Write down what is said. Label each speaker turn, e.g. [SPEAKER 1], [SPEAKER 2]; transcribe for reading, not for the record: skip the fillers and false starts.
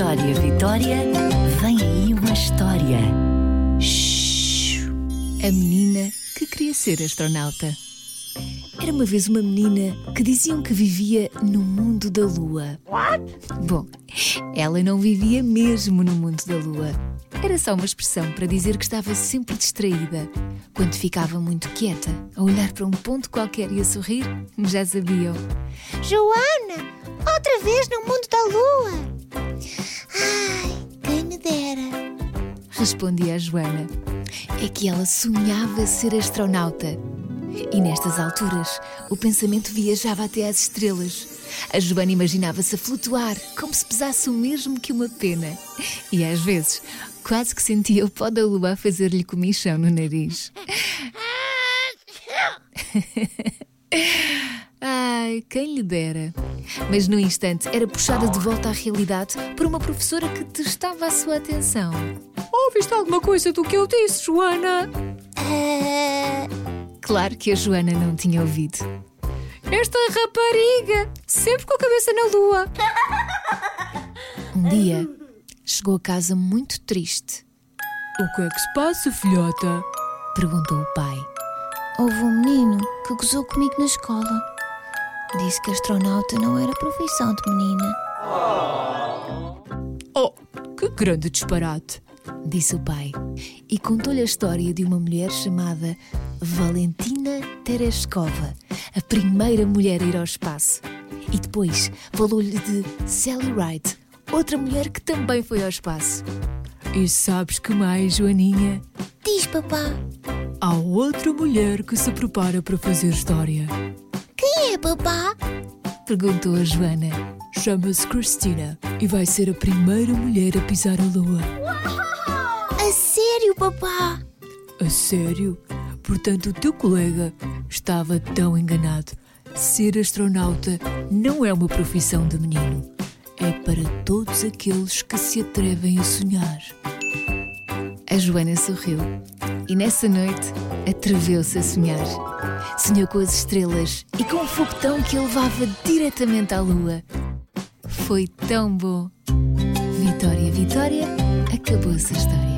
[SPEAKER 1] Vitória, Vitória, vem aí uma história. Shhh.
[SPEAKER 2] A menina que queria ser astronauta. Era uma vez uma menina que diziam que vivia no mundo da Lua.
[SPEAKER 3] What?
[SPEAKER 2] Bom, ela não vivia mesmo no mundo da Lua. Era só uma expressão para dizer que estava sempre distraída. Quando ficava muito quieta, a olhar para um ponto qualquer e a sorrir, já sabiam.
[SPEAKER 4] Joana, outra vez no mundo da Lua. Ai, quem me dera.
[SPEAKER 2] Respondia a Joana. É que ela sonhava ser astronauta. E nestas alturas, o pensamento viajava até às estrelas. A Joana imaginava-se a flutuar, como se pesasse o mesmo que uma pena. E às vezes, quase que sentia o pó da lua a fazer-lhe comichão no nariz. Ai, quem lhe dera. Mas no instante era puxada de volta à realidade por uma professora que testava a sua atenção. Ouviste alguma coisa do que eu disse, Joana? Claro que a Joana não tinha ouvido. Esta rapariga, sempre com a cabeça na lua. Um dia, chegou a casa muito triste. O que é que se passa, filhota? Perguntou o pai.
[SPEAKER 4] Houve um menino que gozou comigo na escola. Disse que astronauta não era profissão de menina.
[SPEAKER 2] Oh, que grande disparate! Disse o pai e contou-lhe a história de uma mulher chamada Valentina Tereshkova, a primeira mulher a ir ao espaço. E depois falou-lhe de Sally Ride, outra mulher que também foi ao espaço. E sabes que mais, Joaninha?
[SPEAKER 4] Diz, papá.
[SPEAKER 2] Há outra mulher que se prepara para fazer história.
[SPEAKER 4] Quem é, papá?
[SPEAKER 2] Perguntou a Joana. Chama-se Cristina e vai ser a primeira mulher a pisar a lua.
[SPEAKER 4] A sério, papá?
[SPEAKER 2] A sério? Portanto, o teu colega estava tão enganado. Ser astronauta não é uma profissão de menino. É para todos aqueles que se atrevem a sonhar. A Joana sorriu e nessa noite atreveu-se a sonhar. Sonhou com as estrelas e com um foguetão que a levava diretamente à lua. Foi tão bom. Vitória, Vitória, acabou-se a história.